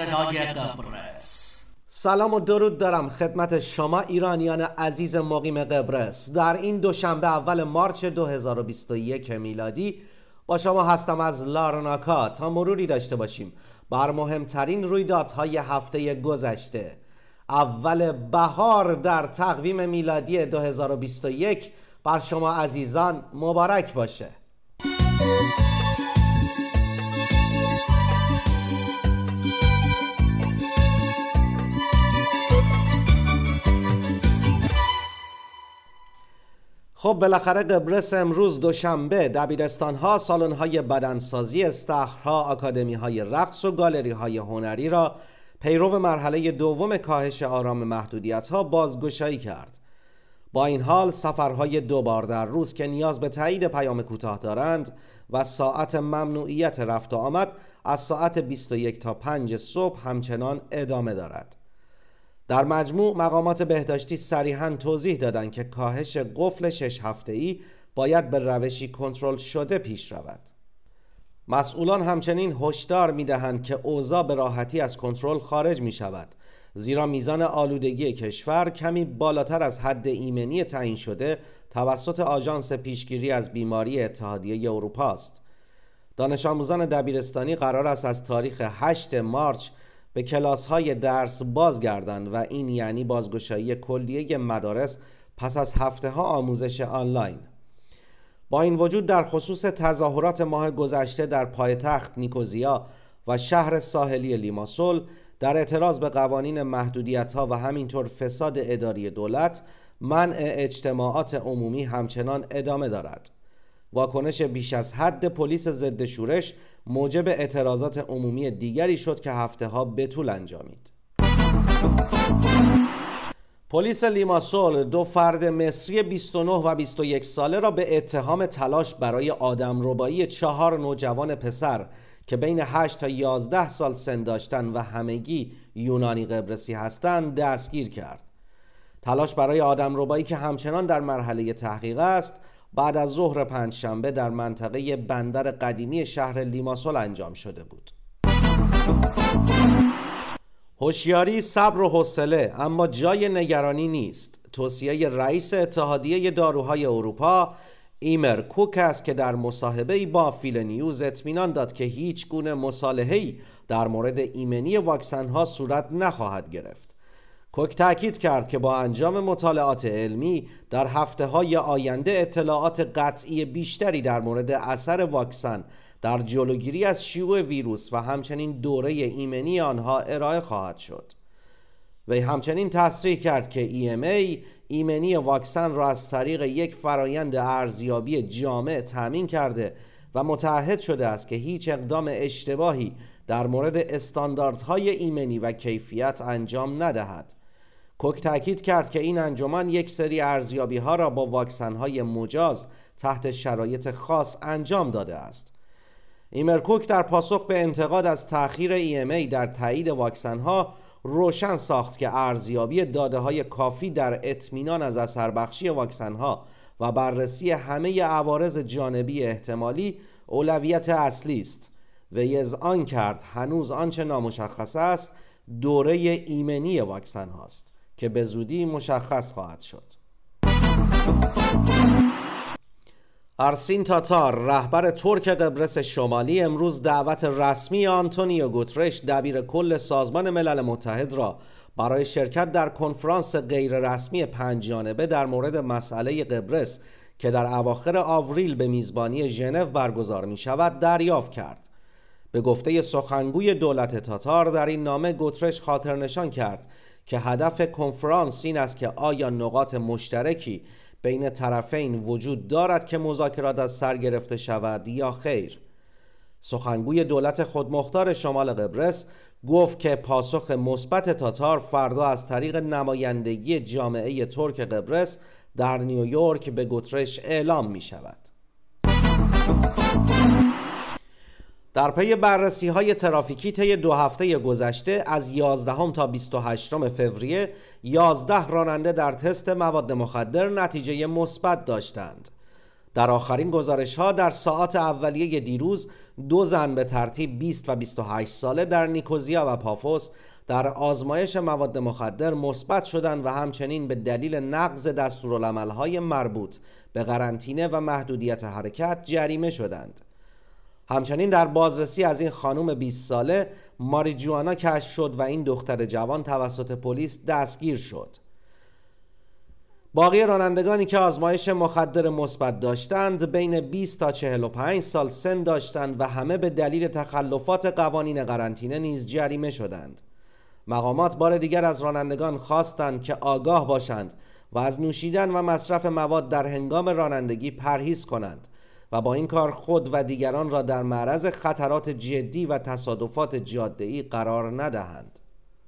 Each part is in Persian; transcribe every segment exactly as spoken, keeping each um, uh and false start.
صدای قبرس. سلام و درود دارم خدمت شما ایرانیان عزیز مقیم قبرس. در این دوشنبه اول مارچ دو هزار و بیست و یک میلادی با شما هستم از لارناکا تا مروری داشته باشیم بر مهمترین رویدادهای هفته گذشته. اول بهار در تقویم میلادی دو هزار و بیست و یک بر شما عزیزان مبارک باشه. خب بالاخره قبرس امروز دوشنبه دبیرستان‌ها، سالن‌های بدنسازی، استخرها، آکادمی‌های رقص و گالری‌های هنری را پیرو مرحله دوم کاهش آرام محدودیت‌ها بازگشایی کرد. با این حال سفرهای دو بار در روز که نیاز به تایید پیام کوتاه دارند و ساعت ممنوعیت رفت و آمد از ساعت بیست و یک تا پنج صبح همچنان ادامه دارد. در مجموع مقامات بهداشتی صریحاً توضیح دادند که کاهش قفل شش هفته‌ای باید به روشی کنترل شده پیش رود. مسئولان همچنین هشدار می‌دهند که اوضاع به راحتی از کنترل خارج می‌شود، زیرا میزان آلودگی کشور کمی بالاتر از حد ایمنی تعیین شده توسط آژانس پیشگیری از بیماری اتحادیه اروپا است. دانش آموزان دبیرستانی قرار است از تاریخ هشتم مارچ به کلاس‌های درس بازگردند و این یعنی بازگشایی کلیه مدارس پس از هفته‌ها آموزش آنلاین. با این وجود در خصوص تظاهرات ماه گذشته در پایتخت نیکوزیا و شهر ساحلی لیماسول در اعتراض به قوانین محدودیت‌ها و همینطور فساد اداری دولت، منع اجتماعات عمومی همچنان ادامه دارد. واکنش بیش از حد پلیس ضد شورش موجب اعتراضات عمومی دیگری شد که هفته‌ها به طول انجامید. پلیس لیماسول دو فرد مصری بیست و نه و بیست و یک ساله را به اتهام تلاش برای آدمربایی چهار نوجوان پسر که بین هشت تا یازده سال سن داشتند و همگی یونانی قبرسی هستند دستگیر کرد. تلاش برای آدمربایی که همچنان در مرحله تحقیق است بعد از ظهر پنجشنبه در منطقه بندر قدیمی شهر لیماسول انجام شده بود. هوشیاری، صبر و حوصله، اما جای نگرانی نیست. توصیه رئیس اتحادیه داروهای اروپا ایمر کوک است که در مصاحبه‌ای با فیل نیوز اطمینان داد که هیچ گونه مصالحه‌ای در مورد ایمنی واکسن‌ها صورت نخواهد گرفت. کوک تاکید کرد که با انجام مطالعات علمی در هفته‌های آینده اطلاعات قطعی بیشتری در مورد اثر واکسن در جلوگیری از شیوع ویروس و همچنین دوره ایمنی آنها ارائه خواهد شد. وی همچنین تصریح کرد که ای ام ای ایمنی واکسن را از طریق یک فرایند ارزیابی جامع تامین کرده و متعهد شده است که هیچ اقدام اشتباهی در مورد استانداردهای ایمنی و کیفیت انجام ندهد. کوک تاکید کرد که این انجمن یک سری ارزیابی ها را با واکسن های مجاز تحت شرایط خاص انجام داده است. ایمر کوک در پاسخ به انتقاد از تأخیر ای ام ای در تایید واکسن ها روشن ساخت که ارزیابی داده های کافی در اطمینان از اثر بخشی واکسن ها و بررسی همه عوارض جانبی احتمالی اولویت اصلی است. وی اذعان کرد هنوز آنچه نامشخص است دوره ایمنی واکسن هاست که به زودی مشخص خواهد شد. آرسین تاتار، رهبر ترک قبرس شمالی، امروز دعوت رسمی آنتونیو گوترش دبیر کل سازمان ملل متحد را برای شرکت در کنفرانس غیررسمی پنج جانبه در مورد مسئله قبرس که در اواخر آوریل به میزبانی ژنو برگزار می شود دریافت کرد. به گفته سخنگوی دولت تاتار در این نامه گوترش خاطر نشان کرد که هدف کنفرانس این است که آیا نقاط مشترکی بین طرفین وجود دارد که مذاکرات از سر گرفته شود یا خیر. سخنگوی دولت خودمختار شمال قبرس گفت که پاسخ مثبت تاتار فردا از طریق نمایندگی جامعه ترک قبرس در نیویورک به گوترش اعلام می شود. در پی بررسی‌های ترافیکی طی دو هفته گذشته از یازدهم تا بیست و هشتم فوریه یازده راننده در تست مواد مخدر نتیجه مثبت داشتند. در آخرین گزارش ها در ساعات اولیه دیروز دو زن به ترتیب بیست و بیست و هشت ساله در نیکوزیا و پافوس در آزمایش مواد مخدر مثبت شدند و همچنین به دلیل نقض دستورالعمل‌های مربوط به قرنطینه و محدودیت حرکت جریمه شدند. همچنین در بازرسی از این خانم بیست ساله ماریجوانا کشف شد و این دختر جوان توسط پلیس دستگیر شد. باقی رانندگانی که آزمایش مخدر مثبت داشتند بین بیست تا چهل و پنج سال سن داشتند و همه به دلیل تخلفات قوانین قرنطینه نیز جریمه شدند. مقامات بار دیگر از رانندگان خواستند که آگاه باشند و از نوشیدن و مصرف مواد در هنگام رانندگی پرهیز کنند و با این کار خود و دیگران را در معرض خطرات جدی و تصادفات جاده‌ای قرار ندهند.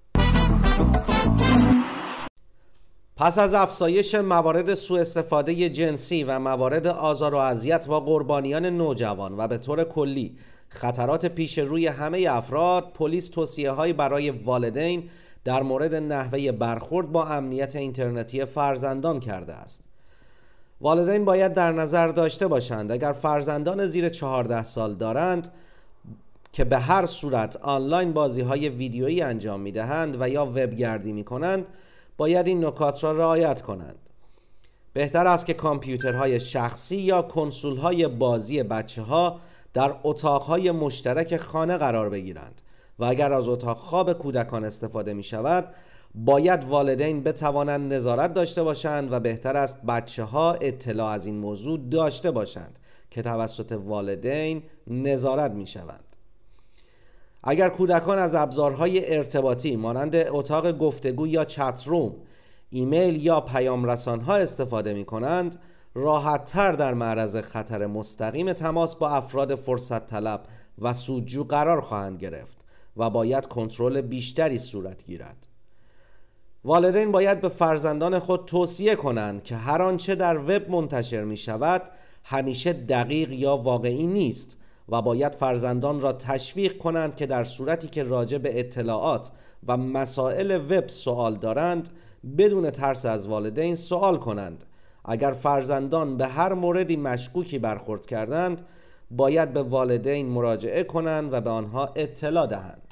پس از افزایش موارد سوء استفاده جنسی و موارد آزار و اذیت با قربانیان نوجوان و به طور کلی خطرات پیش روی همه افراد، پلیس توصیه‌هایی برای والدین در مورد نحوه برخورد با امنیت اینترنتی فرزندان کرده است. والدین باید در نظر داشته باشند اگر فرزندان زیر چهارده سال دارند که به هر صورت آنلاین بازی‌های ویدیویی انجام می‌دهند و یا وبگردی می‌کنند، باید این نکات را رعایت کنند. بهتر است که کامپیوترهای شخصی یا کنسول‌های بازی بچه‌ها در اتاقهای مشترک خانه قرار بگیرند و اگر از اتاق خواب کودکان استفاده می شود باید والدین بتوانند نظارت داشته باشند و بهتر است بچه‌ها اطلاع از این موضوع داشته باشند که توسط والدین نظارت می شوند. اگر کودکان از ابزارهای ارتباطی مانند اتاق گفتگو یا چت روم، ایمیل یا پیام رسان‌ها استفاده می کنند، راحت تر در معرض خطر مستقیم تماس با افراد فرصت طلب و سودجو قرار خواهند گرفت و باید کنترل بیشتری صورت گیرد. والدین باید به فرزندان خود توصیه کنند که هر آنچه در وب منتشر می شود همیشه دقیق یا واقعی نیست و باید فرزندان را تشویق کنند که در صورتی که راجع به اطلاعات و مسائل وب سوال دارند بدون ترس از والدین سوال کنند. اگر فرزندان به هر موردی مشکوکی برخورد کردند باید به والدین مراجعه کنند و به آنها اطلاع دهند.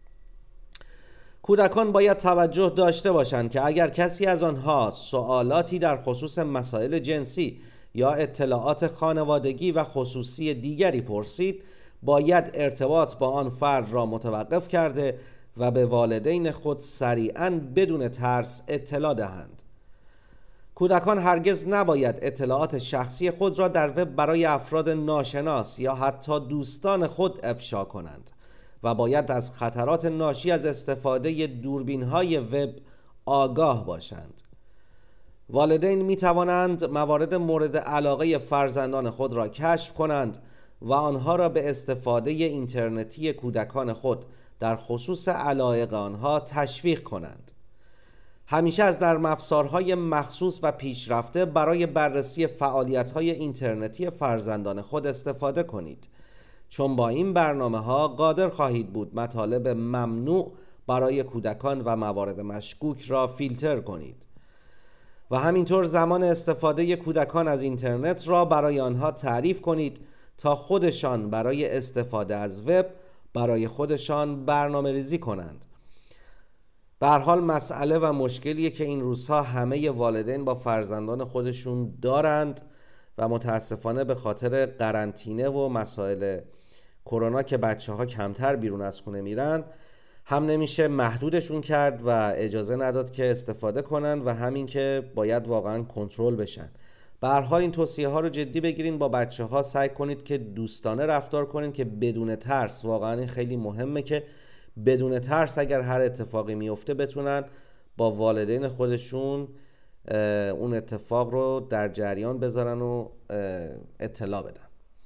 کودکان باید توجه داشته باشند که اگر کسی از آنها سوالاتی در خصوص مسائل جنسی یا اطلاعات خانوادگی و خصوصی دیگری پرسید باید ارتباط با آن فرد را متوقف کرده و به والدین خود سریعاً بدون ترس اطلاع دهند. کودکان هرگز نباید اطلاعات شخصی خود را در وب برای افراد ناشناس یا حتی دوستان خود افشا کنند و باید از خطرات ناشی از استفاده دوربین‌های وب آگاه باشند. والدین می توانند موارد مورد علاقه فرزندان خود را کشف کنند و آنها را به استفاده اینترنتی کودکان خود در خصوص علایق آنها تشویق کنند. همیشه از نرم افزارهای مخصوص و پیشرفته برای بررسی فعالیت‌های اینترنتی فرزندان خود استفاده کنید، چون با این برنامه‌ها قادر خواهید بود مطالب ممنوع برای کودکان و موارد مشکوک را فیلتر کنید و همینطور زمان استفاده کودکان از اینترنت را برای آنها تعریف کنید تا خودشان برای استفاده از وب برای خودشان برنامه ریزی کنند. به هر حال مسئله و مشکلیه که این روزها همه والدین با فرزندان خودشون دارند و متاسفانه به خاطر قرنطینه و مسائل کرونا که بچه ها کمتر بیرون از خونه میرن هم نمیشه محدودشون کرد و اجازه نداد که استفاده کنن و همین که باید واقعا کنترل بشن. به هر حال این توصیه ها رو جدی بگیرین، با بچه ها سعی کنید که دوستانه رفتار کنین که بدون ترس، واقعا این خیلی مهمه که بدون ترس اگر هر اتفاقی میفته بتونن با والدین خودشون اون اتفاق رو در جریان بذارن و اطلاع بدن.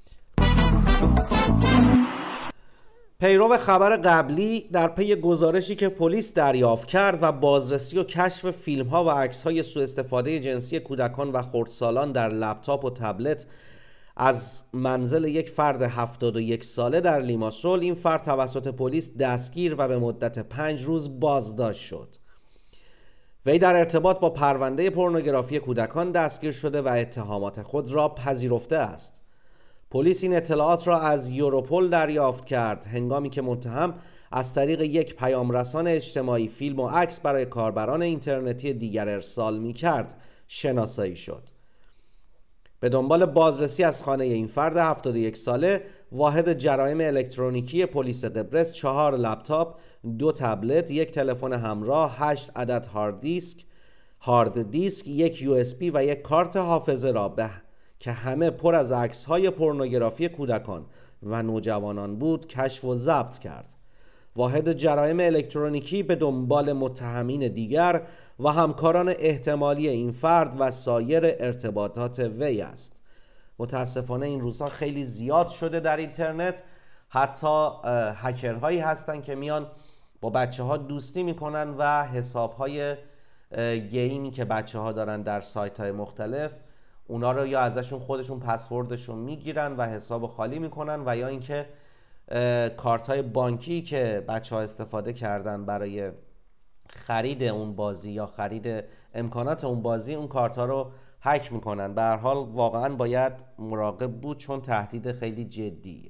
پیرو خبر قبلی، در پی گزارشی که پلیس دریافت کرد و بازرسی و کشف فیلم‌ها و عکس‌های سوء استفاده جنسی کودکان و خردسالان در لپتاپ و تبلت از منزل یک فرد هفتاد و یک ساله در لیماسول، این فرد توسط پلیس دستگیر و به مدت پنج روز بازداشت شد. وی در ارتباط با پرونده پورنوگرافی کودکان دستگیر شده و اتهامات خود را پذیرفته است. پلیس این اطلاعات را از یوروپول دریافت کرد هنگامی که متهم از طریق یک پیامرسان اجتماعی فیلم و عکس برای کاربران اینترنتی دیگر ارسال می کرد شناسایی شد. به دنبال بازرسی از خانه این فرد هفتاد و یک ساله، واحد جرایم الکترونیکی پلیس قبرس چهار لپتاپ، دو تبلت، یک تلفن همراه، هشت عدد هارد دیسک، هارد دیسک، یک یو اس بی و یک کارت حافظه را به که همه پر از عکس‌های پورنوگرافی کودکان و نوجوانان بود کشف و ضبط کرد. واحد جرایم الکترونیکی به دنبال متهمین دیگر و همکاران احتمالی این فرد و سایر ارتباطات وی است. متاسفانه این روزها خیلی زیاد شده در اینترنت، حتی هکرهایی هستن که میان با بچه ها دوستی میکنن و حساب های گیمی که بچه ها دارن در سایت های مختلف اونا رو یا ازشون خودشون پسوردشون میگیرن و حساب خالی میکنن و یا اینکه کارت های بانکی که بچه ها استفاده کردن برای خرید اون بازی یا خرید امکانات اون بازی اون کارت ها رو هک میکنن. به هر حال واقعا باید مراقب بود چون تهدید خیلی جدیه.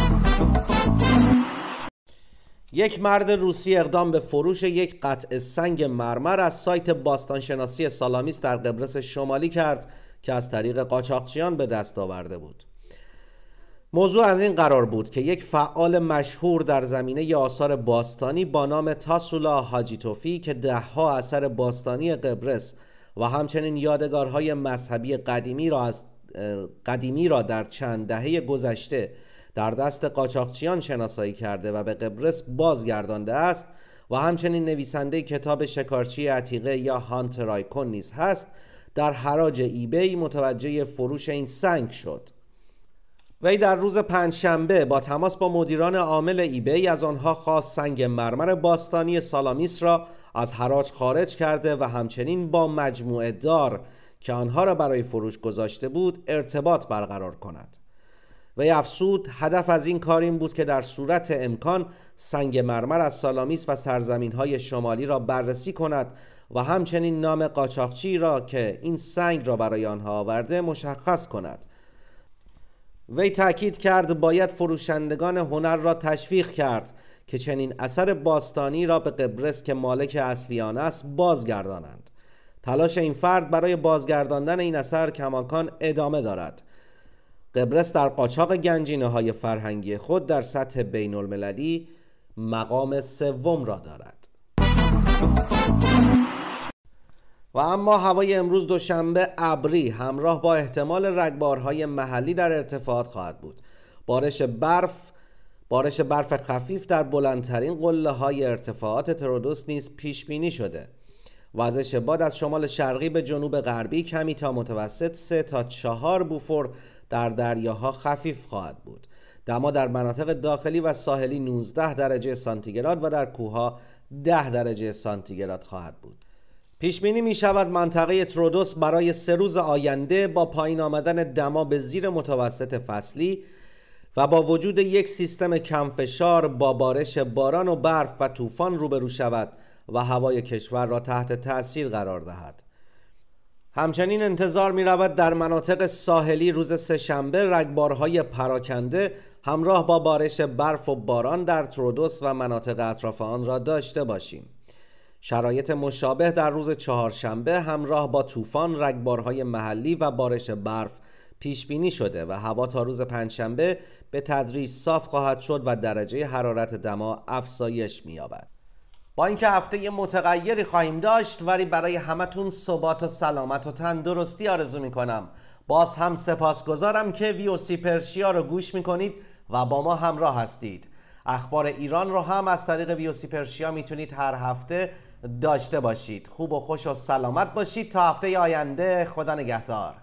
یک مرد روسی اقدام به فروش یک قطعه سنگ مرمر از سایت باستانشناسی سالامیس در قبرس شمالی کرد که از طریق قاچاقچیان به دست آورده بود. موضوع از این قرار بود که یک فعال مشهور در زمینه آثار باستانی با نام تاسولا حاجیتوفی که دهها اثر باستانی قبرس و همچنین یادگارهای مذهبی قدیمی را از قدیمی را در چند دهه گذشته در دست قاچاقچیان شناسایی کرده و به قبرس بازگردانده است و همچنین نویسنده کتاب شکارچی عتیقه یا هانتر آیکون نیز هست، در حراج ایبی متوجه فروش این سنگ شد. وی در روز پنجشنبه با تماس با مدیران عامل ایبی از آنها خواست سنگ مرمر باستانی سالامیس را از حراج خارج کرده و همچنین با مجموعه دار که آنها را برای فروش گذاشته بود ارتباط برقرار کند. وی افزود هدف از این کار این بود که در صورت امکان سنگ مرمر از سالامیس و سرزمین‌های شمالی را بررسی کند و همچنین نام قاچاقچی را که این سنگ را برای آنها آورده مشخص کند. وی تأکید کرد باید فروشندگان هنر را تشویق کرد که چنین اثر باستانی را به قبرس که مالک اصلی آن است بازگردانند. تلاش این فرد برای بازگرداندن این اثر کماکان ادامه دارد. قبرس در قاچاق گنجینه‌های فرهنگی خود در سطح بین المللی مقام سوم را دارد. و اما هوای امروز دوشنبه ابری همراه با احتمال رگبارهای محلی در ارتفاعات خواهد بود. بارش برف بارش برف خفیف در بلندترین قله‌های ارتفاعات ترودوس نیز پیش بینی شده. وزش باد از شمال شرقی به جنوب غربی کمی تا متوسط سه تا چهار بوفور در دریاها خفیف خواهد بود. دما در مناطق داخلی و ساحلی نوزده درجه سانتیگراد و در کوهها ده درجه سانتیگراد خواهد بود. پیش بینی می شود منطقه ترودوس برای سه روز آینده با پایین آمدن دما به زیر متوسط فصلی و با وجود یک سیستم کمفشار با بارش باران و برف و طوفان روبرو شود و هوای کشور را تحت تأثیر قرار دهد. همچنین انتظار می رود در مناطق ساحلی روز سه‌شنبه رگبارهای پراکنده همراه با بارش برف و باران در ترودوس و مناطق اطراف آن را داشته باشیم. شرایط مشابه در روز چهارشنبه همراه با طوفان، رگبارهای محلی و بارش برف پیش بینی شده و هوا تا روز پنجشنبه به تدریج صاف خواهد شد و درجه حرارت دما افزایش می‌یابد. با اینکه هفته متغیری خواهیم داشت ولی برای همتون ثبات و سلامت و تندرستی آرزو میکنم. باز هم سپاسگزارم که وی او سی پرشیا رو گوش میکنید و با ما همراه هستید. اخبار ایران رو هم از طریق وی او سی پرشیا میتونید هر هفته داشته باشید. خوب و خوش و سلامت باشید تا هفته آینده. خدا نگهدار.